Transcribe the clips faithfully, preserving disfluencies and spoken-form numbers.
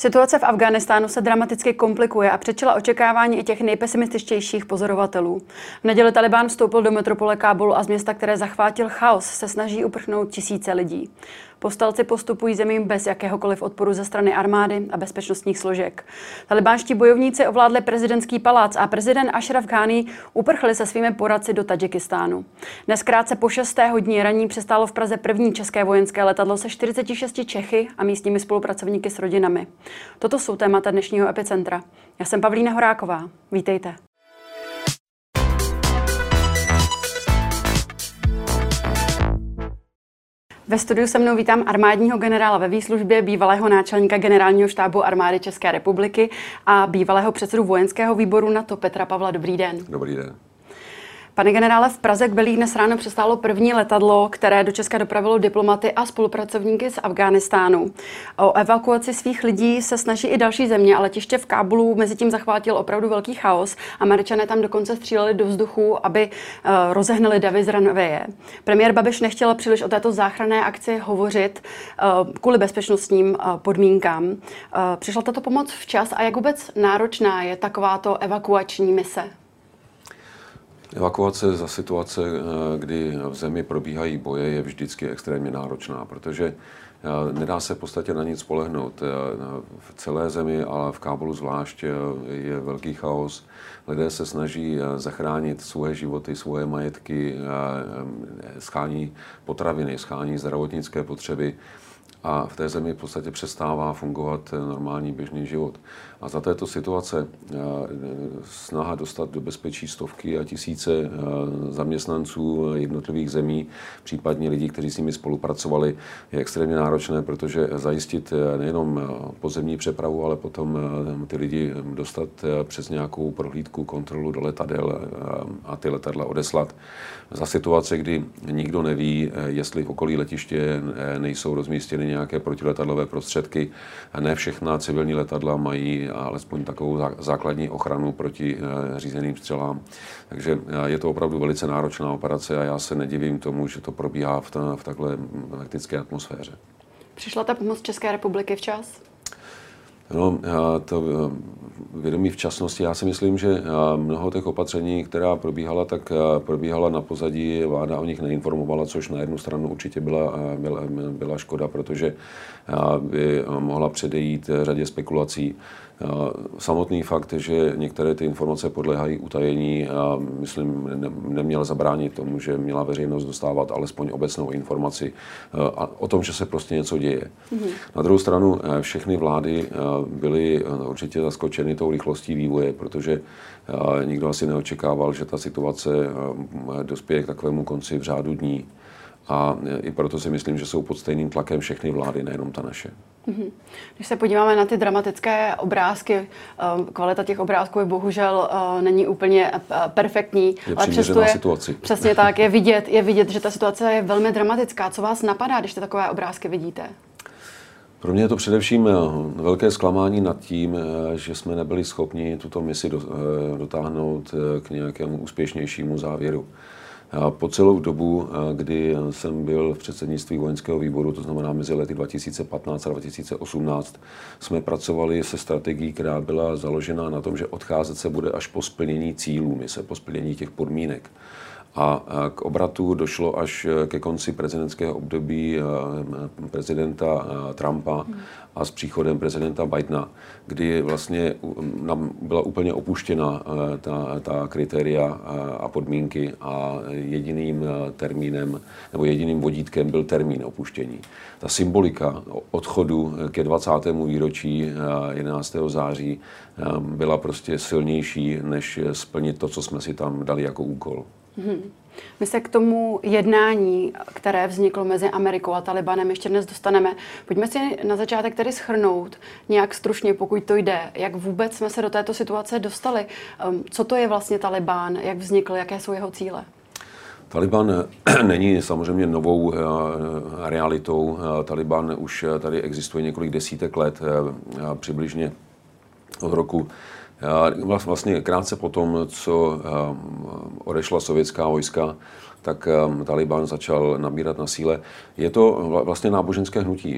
Situace v Afghánistánu se dramaticky komplikuje a předčila očekávání i těch nejpesimističtějších pozorovatelů. V neděli Taliban vstoupil do metropole Kábulu a z města, které zachvátil chaos, se snaží uprchnout tisíce lidí. Povstalci postupují zemím bez jakéhokoliv odporu ze strany armády a bezpečnostních složek. Talibánští bojovníci ovládli prezidentský palác a prezident Ashraf Ghani uprchli se svými poradci do Tadžikistánu. Dnes krátce po šesté hodině raní přistálo v Praze první české vojenské letadlo se čtyřiceti šesti Čechy a místními spolupracovníky s rodinami. Toto jsou témata dnešního Epicentra. Já jsem Pavlína Horáková. Vítejte. Ve studiu se mnou vítám armádního generála ve výslužbě, bývalého náčelníka generálního štábu armády České republiky a bývalého předsedu vojenského výboru NATO Petra Pavla. Dobrý den. Dobrý den. Pane generále, v Praze k Belí dnes ráno přistálo první letadlo, které do Česka dopravilo diplomaty a spolupracovníky z Afghánistánu. O evakuaci svých lidí se snaží i další země, ale letiště v Kábulu mezi tím zachvátil opravdu velký chaos. Američané tam dokonce stříleli do vzduchu, aby uh, rozehnali davy z ranveje. Premiér Babiš nechtěl příliš o této záchranné akci hovořit uh, kvůli bezpečnostním uh, podmínkám. Uh, přišla tato pomoc včas a jak vůbec náročná je takováto evakuační mise? Evakuace za situace, kdy v zemi probíhají boje, je vždycky extrémně náročná, protože nedá se v podstatě na nic spolehnout. V celé zemi, ale v Kábulu zvlášť, je velký chaos. Lidé se snaží zachránit svoje životy, svoje majetky, schání potraviny, schání zdravotnické potřeby. A v té zemi v podstatě přestává fungovat normální běžný život. A za této situace snaha dostat do bezpečí stovky a tisíce zaměstnanců jednotlivých zemí, případně lidí, kteří s nimi spolupracovali, je extrémně náročné, protože zajistit nejenom pozemní přepravu, ale potom ty lidi dostat přes nějakou prohlídku, kontrolu do letadel a ty letadla odeslat. Za situace, kdy nikdo neví, jestli v okolí letiště nejsou rozmístěny nějaké protiletadlové prostředky. Ne všechna civilní letadla mají alespoň takovou základní ochranu proti řízeným střelám. Takže je to opravdu velice náročná operace a já se nedivím tomu, že to probíhá v, ta, v takhle hektické atmosféře. Přišla ta pomoc České republiky včas? No, to vědomí včasnosti, já si myslím, že mnoho těch opatření, která probíhala, tak probíhala na pozadí, vláda o nich neinformovala, což na jednu stranu určitě byla, byla, byla škoda, protože by mohla předejít řadě spekulací. Samotný fakt, že některé ty informace podléhají utajení, myslím, neměl zabránit tomu, že měla veřejnost dostávat alespoň obecnou informaci o tom, že se prostě něco děje. Mm-hmm. Na druhou stranu všechny vlády byly určitě zaskočeny tou rychlostí vývoje, protože nikdo asi neočekával, že ta situace dospěje k takovému konci v řádu dní. A i proto si myslím, že jsou pod stejným tlakem všechny vlády, nejenom ta naše. Když se podíváme na ty dramatické obrázky, kvalita těch obrázků je bohužel není úplně perfektní. Je ale přesto je, situaci. Přesně tak, je vidět, je vidět, že ta situace je velmi dramatická. Co vás napadá, když ty takové obrázky vidíte? Pro mě je to především velké zklamání nad tím, že jsme nebyli schopni tuto misi dotáhnout k nějakému úspěšnějšímu závěru. Po celou dobu, kdy jsem byl v předsednictví vojenského výboru, to znamená mezi lety dva tisíce patnáct a dva tisíce osmnáct, jsme pracovali se strategií, která byla založena na tom, že odcházet se bude až po splnění cílů mise, po splnění těch podmínek. A k obratu došlo až ke konci prezidentského období prezidenta Trumpa a s příchodem prezidenta Bidena, kdy vlastně nám byla úplně opuštěna ta, ta kritéria a podmínky a jediným termínem nebo jediným vodítkem byl termín opuštění. Ta symbolika odchodu ke dvacátému výročí jedenáctého září byla prostě silnější, než splnit to, co jsme si tam dali jako úkol. Hmm. My se k tomu jednání, které vzniklo mezi Amerikou a Talibanem, ještě dnes dostaneme. Pojďme si na začátek tedy shrnout nějak stručně, pokud to jde, jak vůbec jsme se do této situace dostali. Co to je vlastně Talibán, jak vznikl, jaké jsou jeho cíle? Taliban není samozřejmě novou realitou. Taliban už tady existuje několik desítek let, přibližně od roku Vlastně krátce po tom, co odešla sovětská vojska, tak Taliban začal nabírat na síle. Je to vlastně náboženské hnutí.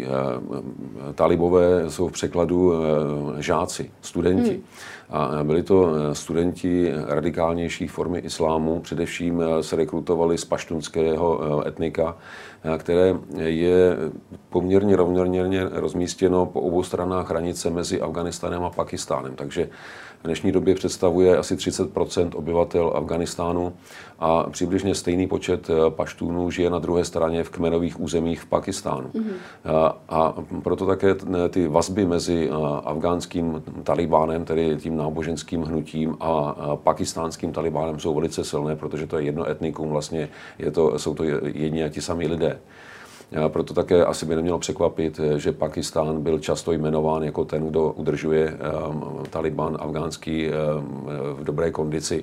Talibové jsou v překladu žáci, studenti. Hmm. A byli to studenti radikálnější formy islámu, především se rekrutovali z paštunského etnika, které je poměrně rovnoměrně rozmístěno po obou stranách hranice mezi Afghánistánem a Pakistánem. Takže v dnešní době představuje asi třicet procent obyvatel Afghánistánu a přibližně stejný počet paštúnů žije na druhé straně v kmenových územích v Pakistánu. Mm-hmm. A, a proto také ty vazby mezi afgánským Talibánem, tedy tím náboženským hnutím, a pakistánským Talibánem jsou velice silné, protože to je jedno etnikum, vlastně je to, jsou to jedni a ti samí lidé. Proto také asi by nemělo překvapit, že Pakistán byl často jmenován jako ten, kdo udržuje Taliban afgánský v dobré kondici,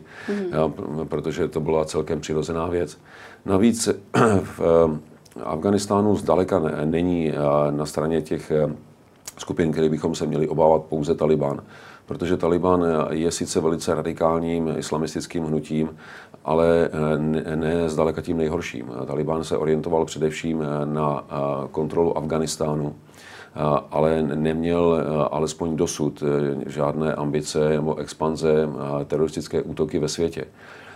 mm. protože to byla celkem přirozená věc. Navíc v Afghánistánu zdaleka není na straně těch skupin, které bychom se měli obávat, pouze Taliban. Protože Taliban je sice velice radikálním islamistickým hnutím, ale ne, ne zdaleka tím nejhorším. Taliban se orientoval především na kontrolu Afghánistánu, ale neměl alespoň dosud žádné ambice nebo expanze teroristické útoky ve světě.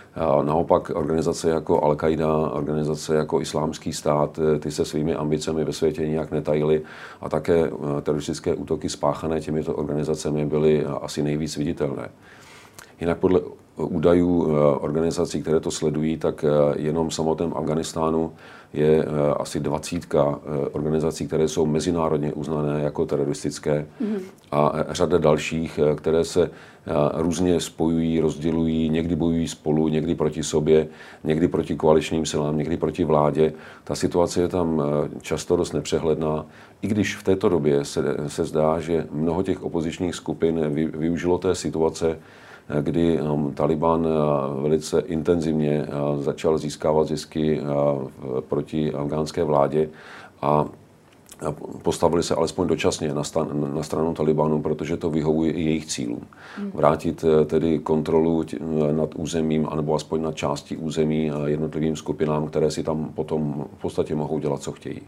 Naopak organizace jako Al-Qaida, organizace jako Islámský stát, ty se svými ambicemi ve světě nijak netajily a také teroristické útoky spáchané těmito organizacemi byly asi nejvíc viditelné. Jinak podle údajů organizací, které to sledují, tak jenom v samotném Afghánistánu je asi dvacítka organizací, které jsou mezinárodně uznané jako teroristické mm. a řada dalších, které se různě spojují, rozdělují, někdy bojují spolu, někdy proti sobě, někdy proti koaličním silám, někdy proti vládě. Ta situace je tam často dost nepřehledná, i když v této době se, se zdá, že mnoho těch opozičních skupin využilo té situace, kdy Taliban velice intenzivně začal získávat zisky proti afgánské vládě a postavili se alespoň dočasně na, stan, na stranu Talibanu, protože to vyhovuje i jejich cílům. Vrátit tedy kontrolu nad územím, anebo aspoň nad částí území jednotlivým skupinám, které si tam potom v podstatě mohou dělat, co chtějí.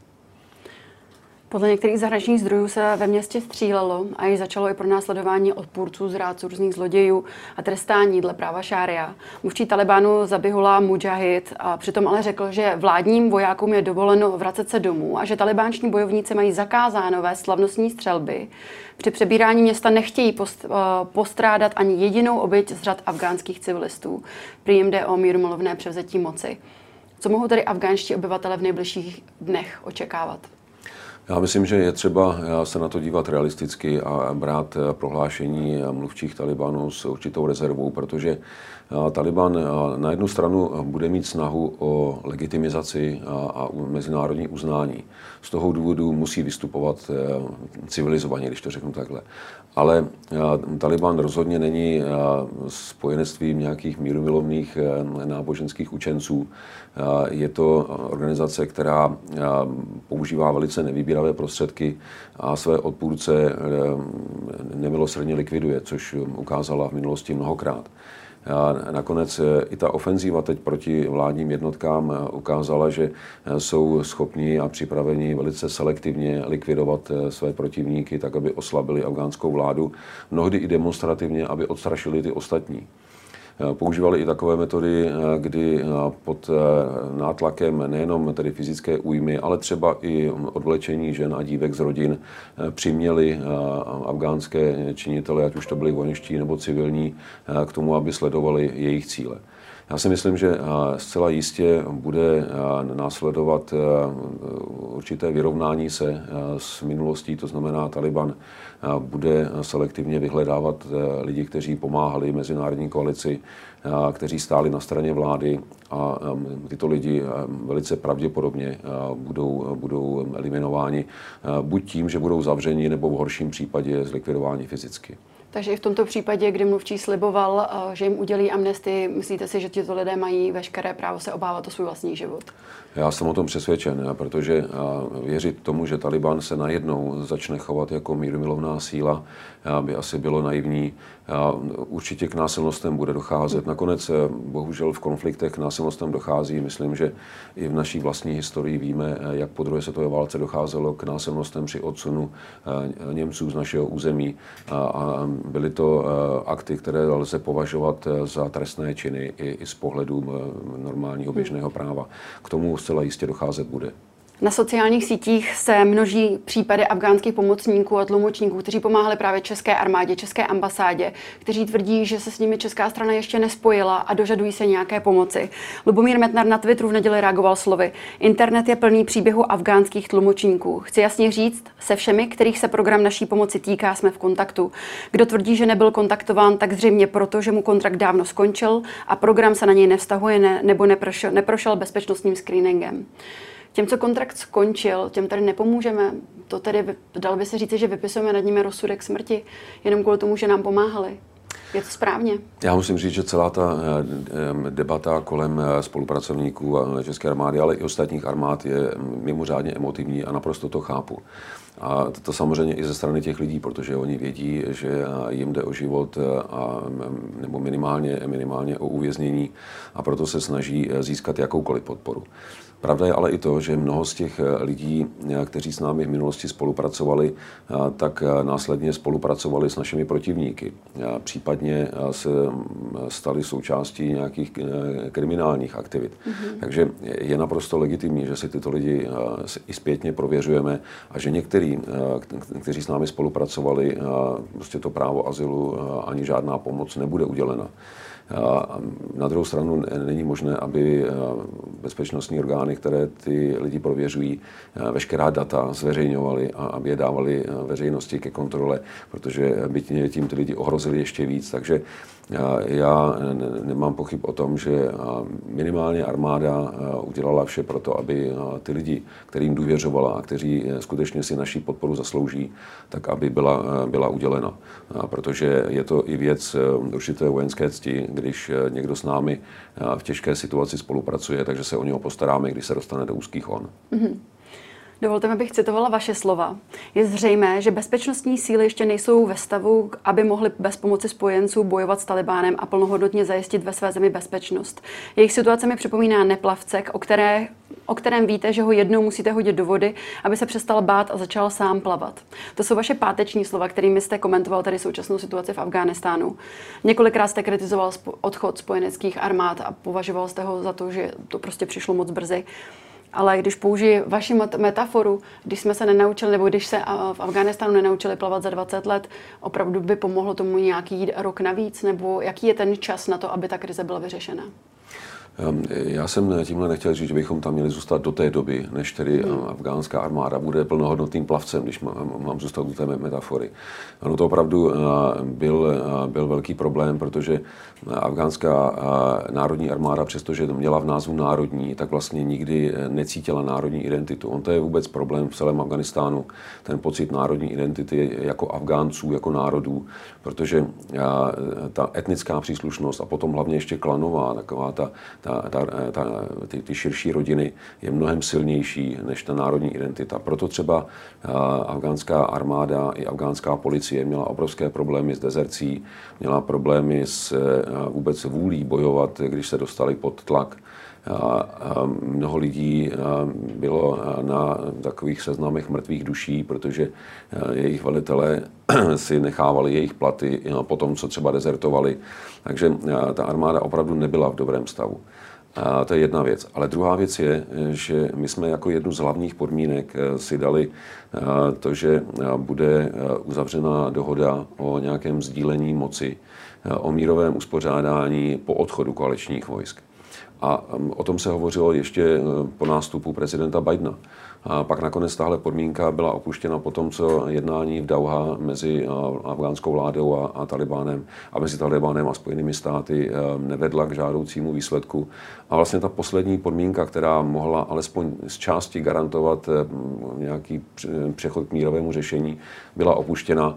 Podle některých zahraničních zdrojů se ve městě střílelo a již začalo i pronásledování odpůrců, zrádců, různých zlodějů a trestání dle práva šária. Mluvčí Talibanu Zabihullah Mujahid a přitom ale řekl, že vládním vojákům je dovoleno vracet se domů a že talibánští bojovníci mají zakázáno vést slavnostní střelby. Při přebírání města nechtějí post, uh, postrádat ani jedinou oběť z řad afgánských civilistů. Prý jim jde o mírumilovné převzetí moci. Co mohou tedy afgánští obyvatele v nejbližších dnech očekávat? Já myslím, že je třeba se na to dívat realisticky a brát prohlášení mluvčích Talibanu s určitou rezervou, protože Taliban na jednu stranu bude mít snahu o legitimizaci a mezinárodní uznání. Z toho důvodu musí vystupovat civilizovaně, když to řeknu takhle. Ale Taliban rozhodně není spojenectvím nějakých mírumilovných náboženských učenců. Je to organizace, která používá velice nevybíravé prostředky a své odpůrce nemilosrdně likviduje, což ukázala v minulosti mnohokrát. A nakonec i ta ofenzíva teď proti vládním jednotkám ukázala, že jsou schopni a připraveni velice selektivně likvidovat své protivníky, tak aby oslabili afgánskou vládu, mnohdy i demonstrativně, aby odstrašili ty ostatní. Používali i takové metody, kdy pod nátlakem nejenom tedy fyzické újmy, ale třeba i odvlečení žen a dívek z rodin přiměli afgánské činitele, ať už to byli vojenští nebo civilní, k tomu, aby sledovali jejich cíle. Já si myslím, že zcela jistě bude následovat určité vyrovnání se s minulostí, to znamená, Taliban bude selektivně vyhledávat lidi, kteří pomáhali mezinárodní koalici, kteří stáli na straně vlády a tyto lidi velice pravděpodobně budou, budou eliminováni buď tím, že budou zavřeni, nebo v horším případě zlikvidováni fyzicky. Takže i v tomto případě, kdy mluvčí sliboval, že jim udělí amnestii, myslíte si, že tito lidé mají veškeré právo se obávat o svůj vlastní život? Já jsem o tom přesvědčen, protože věřit tomu, že Taliban se najednou začne chovat jako mírumilovná síla, by asi bylo naivní. Určitě k násilnostem bude docházet. Nakonec bohužel v konfliktech k násilnostem dochází. Myslím, že i v naší vlastní historii víme, jak po druhé světové válce docházelo k násilnostem při odsunu Němců z našeho území. A byly to akty, které lze považovat za trestné činy i, i z pohledu normálního běžného práva. K tomu zcela jistě docházet bude. Na sociálních sítích se množí případy afghánských pomocníků a tlumočníků, kteří pomáhali právě české armádě, české ambasádě, kteří tvrdí, že se s nimi česká strana ještě nespojila a dožadují se nějaké pomoci. Lubomír Metnar na Twitteru v neděli reagoval slovy: Internet je plný příběhu afghánských tlumočníků. Chci jasně říct, se všemi, kterých se program naší pomoci týká, jsme v kontaktu. Kdo tvrdí, že nebyl kontaktován, tak zřejmě proto, že mu kontrakt dávno skončil a program se na něj nevztahuje ne, nebo neprošel, neprošel bezpečnostním screeningem. Těm, co kontrakt skončil, těm tady nepomůžeme. To tedy, dalo by se říct, že vypisujeme nad nimi rozsudek smrti, jenom kvůli tomu, že nám pomáhali. Je to správně? Já musím říct, že celá ta debata kolem spolupracovníků české armády, ale i ostatních armád je mimořádně emotivní a naprosto to chápu. A to samozřejmě i ze strany těch lidí, protože oni vědí, že jim jde o život a, nebo minimálně, minimálně o uvěznění a proto se snaží získat jakoukoliv podporu. Pravda je ale i to, že mnoho z těch lidí, kteří s námi v minulosti spolupracovali, tak následně spolupracovali s našimi protivníky. Případně se stali součástí nějakých kriminálních aktivit. Mm-hmm. Takže je naprosto legitimní, že si tyto lidi i zpětně prověřujeme a že některý, kteří s námi spolupracovali, prostě to právo azylu ani žádná pomoc nebude udělena. Na druhou stranu není možné, aby bezpečnostní orgány, které ty lidi prověřují, veškerá data zveřejňovaly a aby je dávali veřejnosti ke kontrole, protože by tím ty lidi ohrozili ještě víc. Takže já nemám pochyb o tom, že minimálně armáda udělala vše pro to, aby ty lidi, kterým důvěřovala a kteří skutečně si naši podporu zaslouží, tak aby byla, byla udělena. Protože je to i věc určité vojenské cti, když někdo s námi v těžké situaci spolupracuje, takže se o něho postaráme, když se dostane do úzkých on. Mm-hmm. Dovolte mi, abych citovala vaše slova. Je zřejmé, že bezpečnostní síly ještě nejsou ve stavu, aby mohly bez pomoci spojenců bojovat s Talibánem a plnohodnotně zajistit ve své zemi bezpečnost. Jejich situace mi připomíná neplavce, o, které, o kterém víte, že ho jednou musíte hodit do vody, aby se přestal bát a začal sám plavat. To jsou vaše páteční slova, kterými jste komentoval tady současnou situaci v Afghánistánu. Několikrát jste kritizoval odchod spojeneckých armád a považoval jste ho za to, že to prostě přišlo moc brzy. Ale když použiji vaši metaforu, když jsme se nenaučili, nebo když se v Afghánistánu nenaučili plavat za dvacet let, opravdu by pomohlo tomu nějaký rok navíc? Nebo jaký je ten čas na to, aby ta krize byla vyřešena? Já jsem tímhle nechtěl říct, že bychom tam měli zůstat do té doby, než tedy hmm. afgánská armáda bude plnohodnotným plavcem, když mám, mám zůstat u té metafory. Ano, to opravdu byl, byl velký problém, protože afgánská národní armáda, přestože to měla v názvu národní, tak vlastně nikdy necítila národní identitu. On to je vůbec problém v celém Afghánistánu, ten pocit národní identity jako Afgánců, jako národů, protože ta etnická příslušnost a potom hlavně ještě klanová, taková ta Ta, ta, ta, ty, ty širší rodiny je mnohem silnější než ta národní identita. Proto třeba afgánská armáda i afgánská policie měla obrovské problémy s dezercí, měla problémy s vůbec vůlí bojovat, když se dostali pod tlak. A mnoho lidí bylo na takových seznamech mrtvých duší, protože jejich velitelé si nechávali jejich platy po tom, co třeba dezertovali. Takže ta armáda opravdu nebyla v dobrém stavu. A to je jedna věc. Ale druhá věc je, že my jsme jako jednu z hlavních podmínek si dali to, že bude uzavřena dohoda o nějakém sdílení moci, o mírovém uspořádání po odchodu koaličních vojsk. A o tom se hovořilo ještě po nástupu prezidenta Bidena. A pak nakonec tahle podmínka byla opuštěna po tom, co jednání v Dauha mezi afgánskou vládou a, a Talibánem a mezi Talibánem a Spojenými státy nevedla k žádoucímu výsledku. A vlastně ta poslední podmínka, která mohla alespoň z části garantovat nějaký přechod k mírovému řešení, byla opuštěna.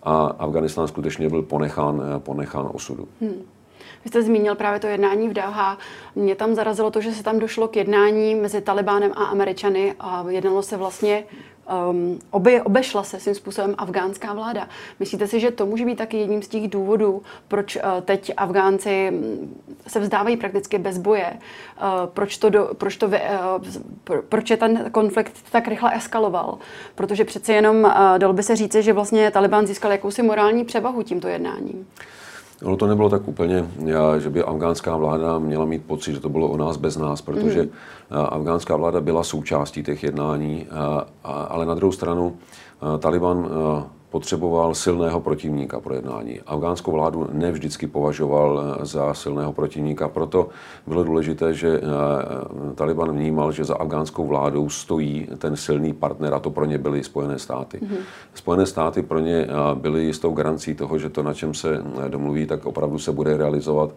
a Afghánistán skutečně byl ponechán, ponechán osudu. Hmm. Vy jste zmínil právě to jednání v Dauhá. Mě tam zarazilo to, že se tam došlo k jednání mezi Talibánem a Američany a jednalo se vlastně, um, obe, obešla se svým způsobem afgánská vláda. Myslíte si, že to může být taky jedním z těch důvodů, proč uh, teď Afgánci se vzdávají prakticky bez boje? Uh, proč, to do, proč, to, uh, pro, proč je ten konflikt tak rychle eskaloval? Protože přece jenom uh, dalo by se říci, že vlastně Talibán získal jakousi morální převahu tímto jednáním. Ono to nebylo tak úplně, že by afgánská vláda měla mít pocit, že to bylo o nás bez nás, protože mm. afgánská vláda byla součástí těch jednání, ale na druhou stranu Taliban potřeboval silného protivníka pro jednání. Afgánskou vládu nevždycky považoval za silného protivníka, proto bylo důležité, že Taliban vnímal, že za afgánskou vládou stojí ten silný partner a to pro ně byly Spojené státy. Mm-hmm. Spojené státy pro ně byly jistou garancí toho, že to, na čem se domluví, tak opravdu se bude realizovat.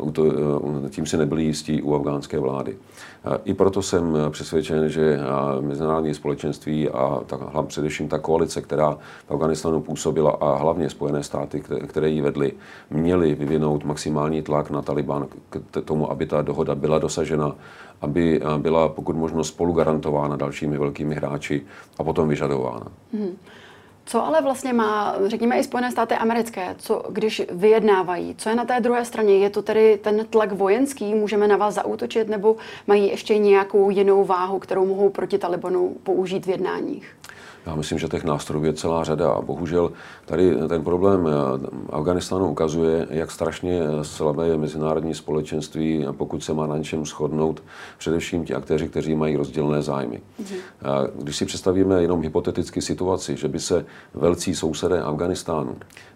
Tím si nebyli jistí u afgánské vlády. I proto jsem přesvědčen, že mezinárodní společenství a ta, hlavně především ta koalice, která v Afghánistánu působila a hlavně Spojené státy, které ji vedly, měly vyvinout maximální tlak na Taliban k tomu, aby ta dohoda byla dosažena, aby byla pokud možno spolu garantována dalšími velkými hráči a potom vyžadována. Hmm. Co ale vlastně má, řekněme, i Spojené státy americké, co když vyjednávají? Co je na té druhé straně? Je to tedy ten tlak vojenský? Můžeme na vás zaútočit? Nebo mají ještě nějakou jinou váhu, kterou mohou proti Talibanu použít v jednáních? Já myslím, že těch nástrojů je celá řada a bohužel tady ten problém Afghánistánu ukazuje, jak strašně slabé je mezinárodní společenství, pokud se má na něčem shodnout, především ti aktéři, kteří mají rozdílné zájmy. Mhm. Když si představíme jenom hypoteticky situaci, že by se velcí sousedé Afghánistánu,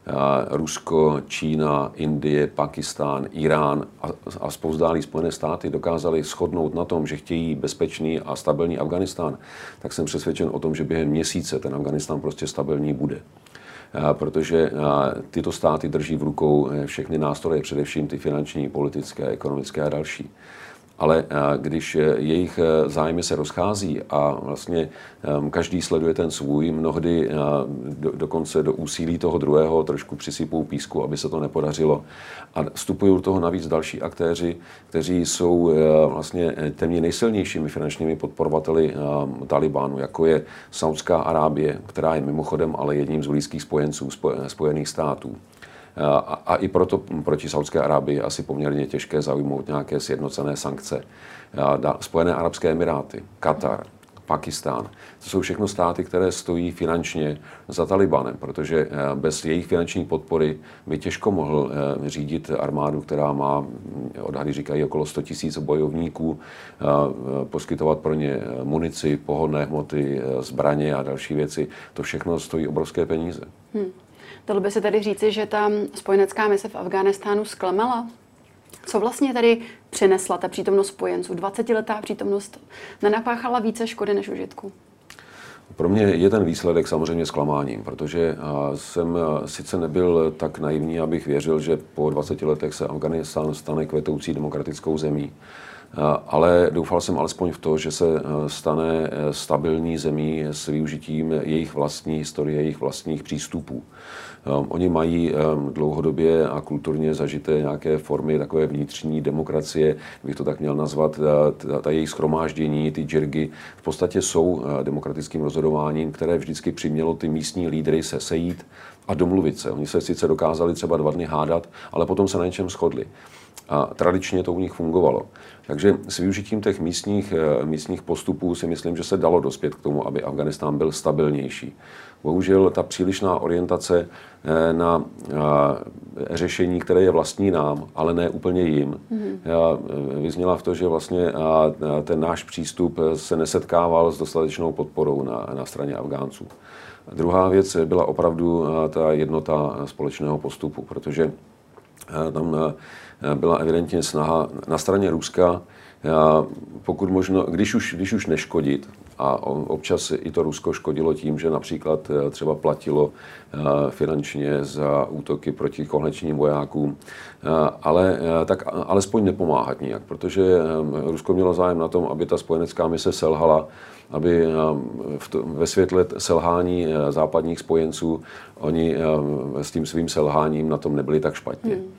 Rusko, Čína, Indie, Pakistán, Irán a, a spouzdálí Spojené státy dokázali shodnout na tom, že chtějí bezpečný a stabilní Afghánistán, tak jsem přesvědčen o tom, že během měsíce ten Afghánistán prostě stabilní bude. Protože tyto státy drží v rukou všechny nástroje, především ty finanční, politické, ekonomické a další. Ale když jejich zájmy se rozchází a vlastně každý sleduje ten svůj, mnohdy do, dokonce do úsilí toho druhého trošku přisypou písku, aby se to nepodařilo. A vstupují do toho navíc další aktéři, kteří jsou vlastně těmi nejsilnějšími finančními podporovateli Talibánu, jako je Saudská Arábie, která je mimochodem ale jedním z blízkých spojenců Spojených států. A, a i proto proti Saudské Arábii je asi poměrně těžké zaujmout nějaké sjednocené sankce. Spojené arabské emiráty, Katar, Pakistán, to jsou všechno státy, které stojí finančně za Talibanem, protože bez jejich finanční podpory by těžko mohl řídit armádu, která má, odhady říkají, okolo sto tisíc bojovníků, poskytovat pro ně munici, pohonné hmoty, zbraně a další věci. To všechno stojí obrovské peníze. Hmm. Dalo by se tedy říci, že ta spojenecká mise v Afghánistánu zklamala? Co vlastně tady přinesla ta přítomnost spojenců? dvacetiletá přítomnost nenapáchala více škody než užitku? Pro mě je ten výsledek samozřejmě zklamáním, protože jsem sice nebyl tak naivní, abych věřil, že po dvaceti letech se Afghánistán stane kvetoucí demokratickou zemí. Ale doufal jsem alespoň v to, že se stane stabilní zemí s využitím jejich vlastní historie, jejich vlastních přístupů. Oni mají dlouhodobě a kulturně zažité nějaké formy takové vnitřní demokracie, bych to tak měl nazvat, ta, ta jejich shromáždění, ty džirgy, v podstatě jsou demokratickým rozhodováním, které vždycky přimělo ty místní lídry se sejít a domluvit se. Oni se sice dokázali třeba dva dny hádat, ale potom se na něčem shodli. A tradičně to u nich fungovalo. Takže s využitím těch místních, místních postupů si myslím, že se dalo dospět k tomu, aby Afghánistán byl stabilnější. Bohužel ta přílišná orientace na řešení, které je vlastní nám, ale ne úplně jim, mm-hmm. vyzněla v to, že vlastně ten náš přístup se nesetkával s dostatečnou podporou na, na straně Afgánců. Druhá věc byla opravdu ta jednota společného postupu, protože tam byla evidentně snaha na straně Ruska, pokud možno, když už, když už neškodit, a občas i to Rusko škodilo tím, že například třeba platilo finančně za útoky proti koaličním vojákům, ale tak alespoň nepomáhat nijak, protože Rusko mělo zájem na tom, aby ta spojenecká mise selhala aby v to, ve světle selhání západních spojenců oni s tím svým selháním na tom nebyli tak špatně. Hmm.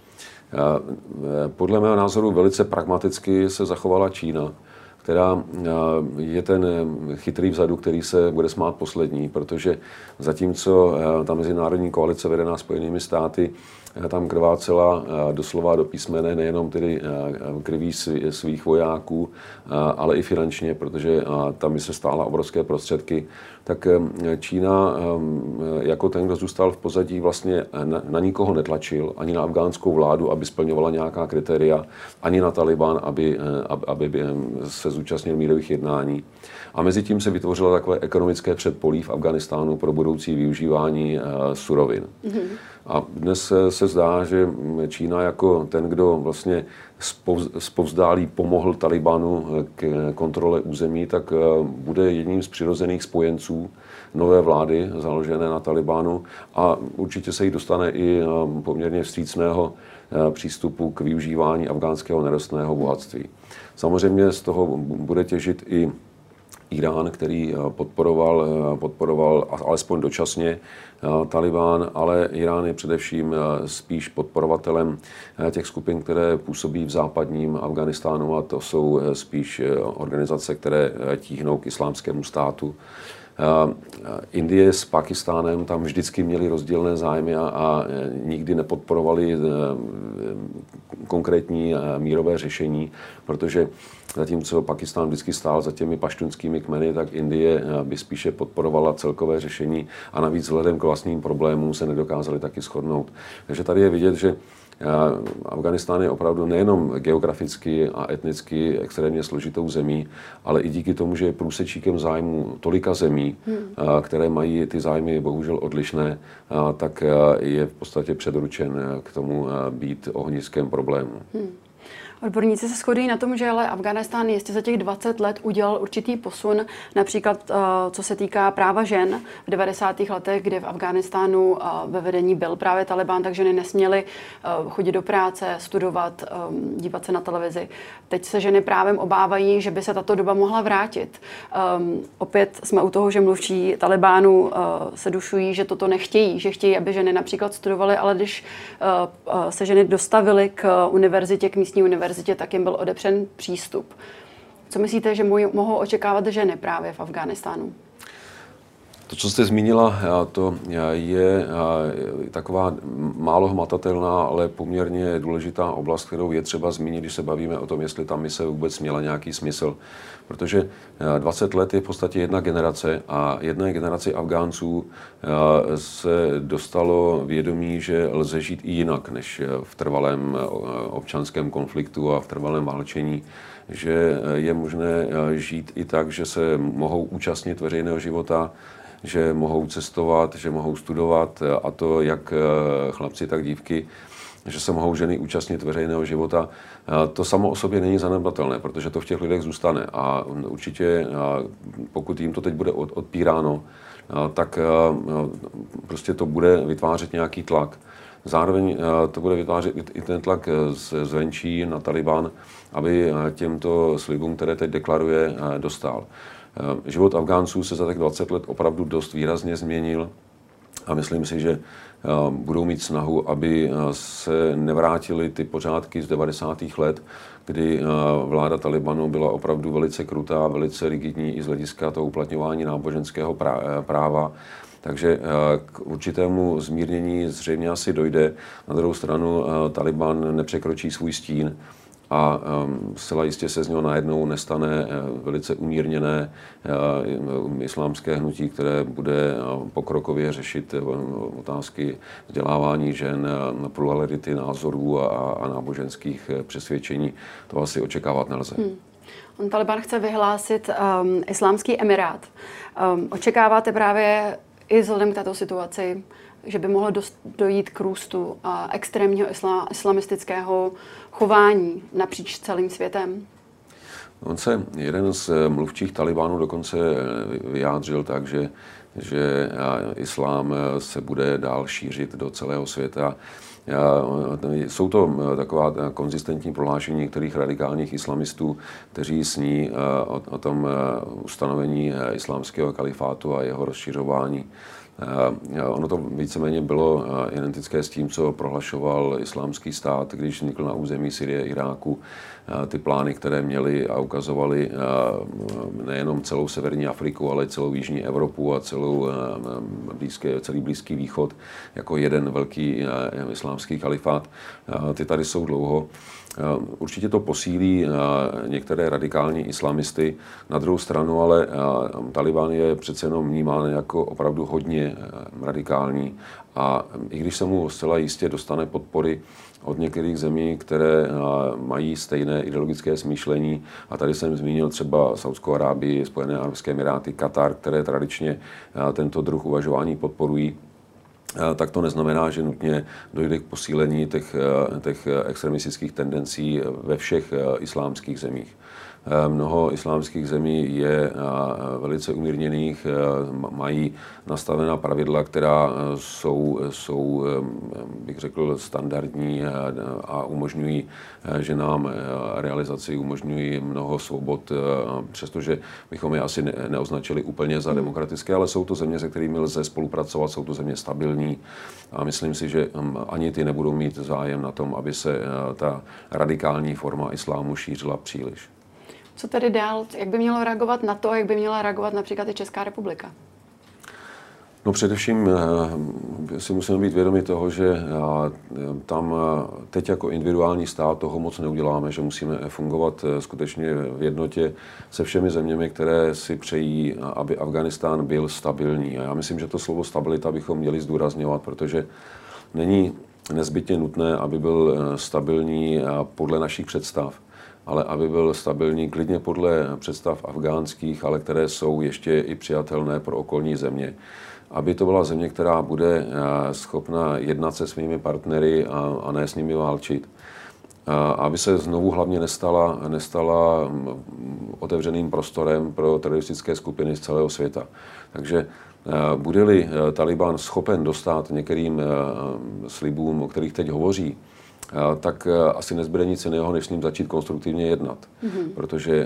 Podle mého názoru velice pragmaticky se zachovala Čína, která je ten chytrý vzadu, který se bude smát poslední, protože zatímco ta mezinárodní koalice vedená Spojenými státy tam krvácela doslova do písmene, nejenom tedy krví svých vojáků, ale i finančně, protože tam se stála obrovské prostředky, tak Čína jako ten, kdo zůstal v pozadí, vlastně na, na nikoho netlačil, ani na afgánskou vládu, aby splňovala nějaká kritéria, ani na Taliban, aby, aby, aby se zúčastnil mírových jednání. A mezi tím se vytvořilo takové ekonomické předpolí v Afghánistánu pro budoucí využívání surovin. Mm-hmm. A dnes se zdá, že Čína jako ten, kdo vlastně zpovzdálí pomohl Talibanu k kontrole území, tak bude jedním z přirozených spojenců nové vlády založené na Talibanu a určitě se jí dostane i poměrně vstřícného přístupu k využívání afgánského nerostného bohatství. Samozřejmě z toho bude těžit i Irán, který podporoval, podporoval alespoň dočasně Talibán, ale Irán je především spíš podporovatelem těch skupin, které působí v západním Afghánistánu, a to jsou spíš organizace, které tíhnou k islámskému státu. Indie s Pákistánem tam vždycky měli rozdílné zájmy a, a nikdy nepodporovali konkrétní mírové řešení, protože zatímco Pákistán vždycky stál za těmi paštunskými kmeny, tak Indie by spíše podporovala celkové řešení a navíc vzhledem k vlastním problémům se nedokázali taky shodnout. Takže tady je vidět, že Afghánistán je opravdu nejenom geograficky a etnicky extrémně složitou zemí, ale i díky tomu, že je průsečíkem zájmu tolika zemí, hmm. které mají ty zájmy bohužel odlišné, tak je v podstatě předručen k tomu být ohniskem problému. Hmm. Odborníci se shodují na tom, že ale Afghánistán ještě za těch dvacet let udělal určitý posun, například co se týká práva žen v devadesátých letech, kdy v Afghánistánu ve vedení byl právě Taliban, tak ženy nesměly chodit do práce, studovat, dívat se na televizi. Teď se ženy právem obávají, že by se tato doba mohla vrátit. Opět jsme u toho, že mluvčí Talibánu se dušují, že toto nechtějí, že chtějí, aby ženy například studovaly, ale když se ženy dostavily k univerzitě, k místní univerzitě, tak jim byl odepřen přístup. Co myslíte, že mohou očekávat ženy právě v Afghánistánu? To, co jste zmínila, to je taková málo hmatatelná, ale poměrně důležitá oblast, kterou je třeba zmínit, když se bavíme o tom, jestli ta mise vůbec měla nějaký smysl. Protože dvacet let je v podstatě jedna generace a jedné generaci Afgánců se dostalo vědomí, že lze žít i jinak, než v trvalém občanském konfliktu a v trvalém válčení, že je možné žít i tak, že se mohou účastnit veřejného života, že mohou cestovat, že mohou studovat, a to jak chlapci, tak dívky, že se mohou ženy účastnit veřejného života. To samo o sobě není zanedbatelné, protože to v těch lidech zůstane a určitě, pokud jim to teď bude odpíráno, tak prostě to bude vytvářet nějaký tlak. Zároveň to bude vytvářet i ten tlak zvenčí na Taliban, aby těmto slibům, které teď deklaruje, dostal. Život Afgánců se za těch dvacet let opravdu dost výrazně změnil a myslím si, že budou mít snahu, aby se nevrátily ty pořádky z devadesátých let, kdy vláda Talibanu byla opravdu velice krutá, velice rigidní i z hlediska toho uplatňování náboženského práva. Takže k určitému zmírnění zřejmě asi dojde. Na druhou stranu Taliban nepřekročí svůj stín a um, zcela jistě se z něho najednou nestane uh, velice umírněné uh, islámské hnutí, které bude uh, pokrokově řešit uh, otázky vzdělávání žen, uh, plurality názorů a, a náboženských uh, přesvědčení. To asi očekávat nelze. Hmm. On Taliban chce vyhlásit um, islámský emirát. Um, očekáváte právě i vzhledem k této situaci, že by mohlo dost, dojít k růstu a extrémního isla, islamistického chování napříč celým světem? On se, jeden z mluvčích Talibánu dokonce vyjádřil tak, že že islám se bude dál šířit do celého světa. Jsou to taková konzistentní prohlášení některých radikálních islamistů, kteří sní o, o tom ustanovení islámského kalifátu a jeho rozšiřování. Ono to víceméně bylo identické s tím, co prohlašoval Islámský stát, když vznikl na území Syrie, Iráku. Ty plány, které měli a ukazovali nejenom celou severní Afriku, ale celou jižní Evropu a celou blízké, celý Blízký východ jako jeden velký islámský kalifát. Ty tady jsou dlouho. Určitě to posílí některé radikální islamisty. Na druhou stranu ale Taliban je přece jenom vnímán jako opravdu hodně radikální. A i když se mu zcela jistě dostane podpory od některých zemí, které mají stejné ideologické smýšlení, a tady jsem zmínil třeba Saudskou Arábii, Spojené arabské emiráty, Katar, které tradičně tento druh uvažování podporují, tak to neznamená, že nutně dojde k posílení těch, těch extremistických tendencí ve všech islámských zemích. Mnoho islámských zemí je velice umírněných, mají nastavená pravidla, která jsou, jsou bych řekl, standardní a umožňují ženám realizaci, umožňují mnoho svobod, přestože bychom je asi neoznačili úplně za demokratické, ale jsou to země, se kterými lze spolupracovat, jsou to země stabilní a myslím si, že ani ty nebudou mít zájem na tom, aby se ta radikální forma islámu šířila příliš. Co tedy dál? Jak by mělo reagovat na to, jak by měla reagovat například i Česká republika? No především si musíme být vědomi toho, že tam teď jako individuální stát toho moc neuděláme, že musíme fungovat skutečně v jednotě se všemi zeměmi, které si přejí, aby Afghánistán byl stabilní. A já myslím, že to slovo stabilita bychom měli zdůrazňovat, protože není nezbytně nutné, aby byl stabilní podle našich představ, ale aby byl stabilní klidně podle představ afgánských, ale které jsou ještě i přijatelné pro okolní země. Aby to byla země, která bude schopna jednat se svými partnery a, a ne s nimi válčit. A aby se znovu hlavně nestala, nestala otevřeným prostorem pro teroristické skupiny z celého světa. Takže bude-li Taliban schopen dostat některým slibům, o kterých teď hovoří, tak asi nezbyde nic jiného, než s ním začít konstruktivně jednat. Mm-hmm. Protože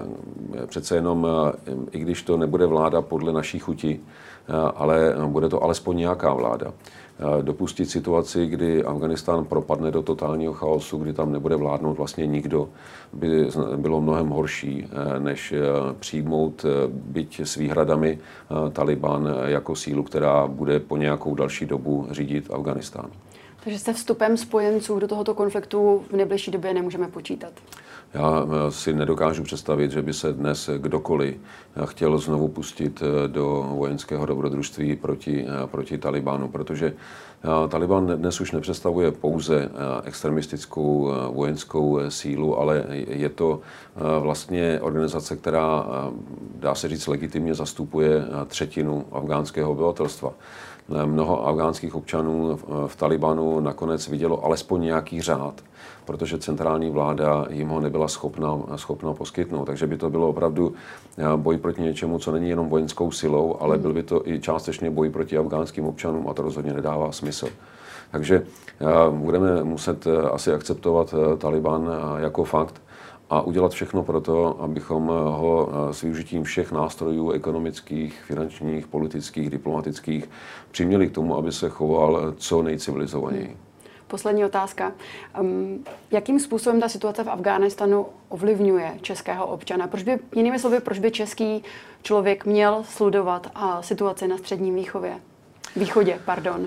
přece jenom, i když to nebude vláda podle naší chuti, ale bude to alespoň nějaká vláda. Dopustit situaci, kdy Afghánistán propadne do totálního chaosu, kdy tam nebude vládnout vlastně nikdo, by bylo mnohem horší, než přijmout, byť s výhradami, Taliban jako sílu, která bude po nějakou další dobu řídit Afghánistán. Takže se vstupem spojenců do tohoto konfliktu v nejbližší době nemůžeme počítat? Já si nedokážu představit, že by se dnes kdokoliv chtěl znovu pustit do vojenského dobrodružství proti, proti Talibánu, protože Taliban dnes už nepředstavuje pouze extremistickou vojenskou sílu, ale je to vlastně organizace, která, dá se říct, legitimně zastupuje třetinu afghánského obyvatelstva. Mnoho afghánských občanů v Talibanu nakonec vidělo alespoň nějaký řád, protože centrální vláda jim ho nebyla schopna, schopna poskytnout. Takže by to bylo opravdu boj proti něčemu, co není jenom vojenskou silou, ale byl by to i částečně boj proti afghánským občanům a to rozhodně nedává smysl. Takže budeme muset asi akceptovat Taliban jako fakt a udělat všechno pro to, abychom ho s využitím všech nástrojů ekonomických, finančních, politických, diplomatických přiměli k tomu, aby se choval co nejcivilizovaněji. Poslední otázka. Um, jakým způsobem ta situace v Afghánistanu ovlivňuje českého občana? Proč by, jinými slovy, proč by český člověk měl sledovat a situaci na Středním východě? Východě, pardon.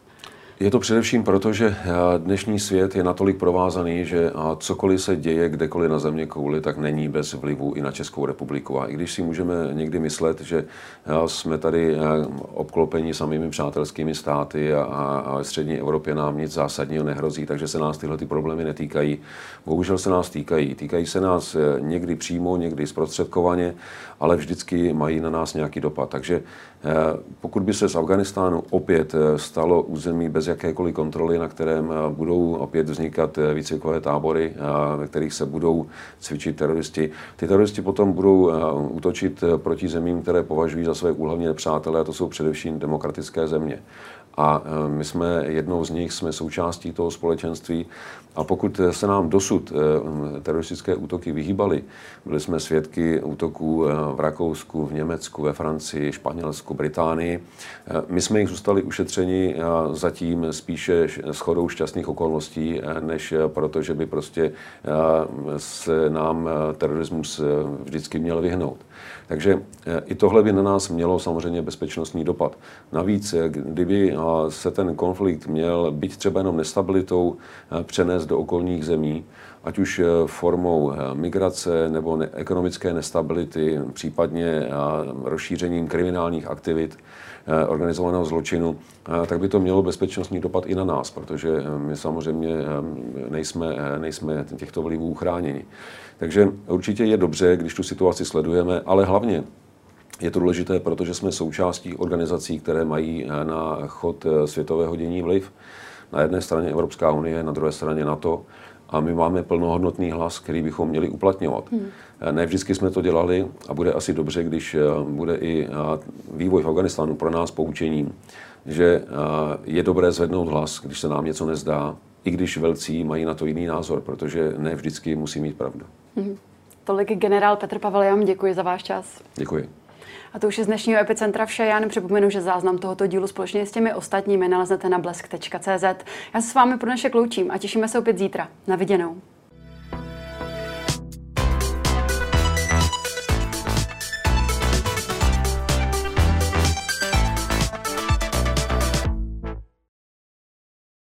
Je to především proto, že dnešní svět je natolik provázaný, že cokoliv se děje kdekoliv na země kouli, tak není bez vlivu i na Českou republiku. A i když si můžeme někdy myslet, že jsme tady obklopeni samými přátelskými státy a ve střední Evropě nám nic zásadního nehrozí, takže se nás tyhle ty problémy netýkají. Bohužel se nás týkají. Týkají se nás někdy přímo, někdy zprostředkovaně, ale vždycky mají na nás nějaký dopad. Takže pokud by se z Afghánistánu opět stalo území bez jakékoliv kontroly, na kterém budou opět vznikat výcvikové tábory, ve kterých se budou cvičit teroristi. Ty teroristi potom budou útočit proti zemím, které považují za své úhlavní nepřátele, a to jsou především demokratické země. A my jsme jednou z nich, jsme součástí toho společenství. A pokud se nám dosud teroristické útoky vyhýbaly, byli jsme svědky útoků v Rakousku, v Německu, ve Francii, Španělsku, Británii, my jsme jich zůstali ušetřeni zatím spíše shodou šťastných okolností, než proto, že by prostě se nám terorismus vždycky měl vyhnout. Takže i tohle by na nás mělo samozřejmě bezpečnostní dopad. Navíc, kdyby se ten konflikt měl být třeba jenom nestabilitou přenést do okolních zemí, ať už formou migrace nebo ne- ekonomické nestability, případně rozšířením kriminálních aktivit, organizovaného zločinu, tak by to mělo bezpečnostní dopad i na nás, protože my samozřejmě nejsme, nejsme těchto vlivů chráněni. Takže určitě je dobře, když tu situaci sledujeme, ale hlavně je to důležité, protože jsme součástí organizací, které mají na chod světového dění vliv. Na jedné straně Evropská unie, na druhé straně NATO. A my máme plnohodnotný hlas, který bychom měli uplatňovat. Hmm. Ne vždycky jsme to dělali a bude asi dobře, když bude i vývoj v Afghánistánu pro nás poučením, že je dobré zvednout hlas, když se nám něco nezdá, i když velcí mají na to jiný názor, protože ne vždycky musí mít pravdu. Hmm. Tolik generál Petr Pavel, já vám děkuji za váš čas. Děkuji. A to už je z dnešního Epicentra vše. Já jen připomenu, že záznam tohoto dílu společně s těmi ostatními naleznete na blesk tečka cé zet. Já se s vámi pro dnešek loučím a těšíme se opět zítra. Na viděnou.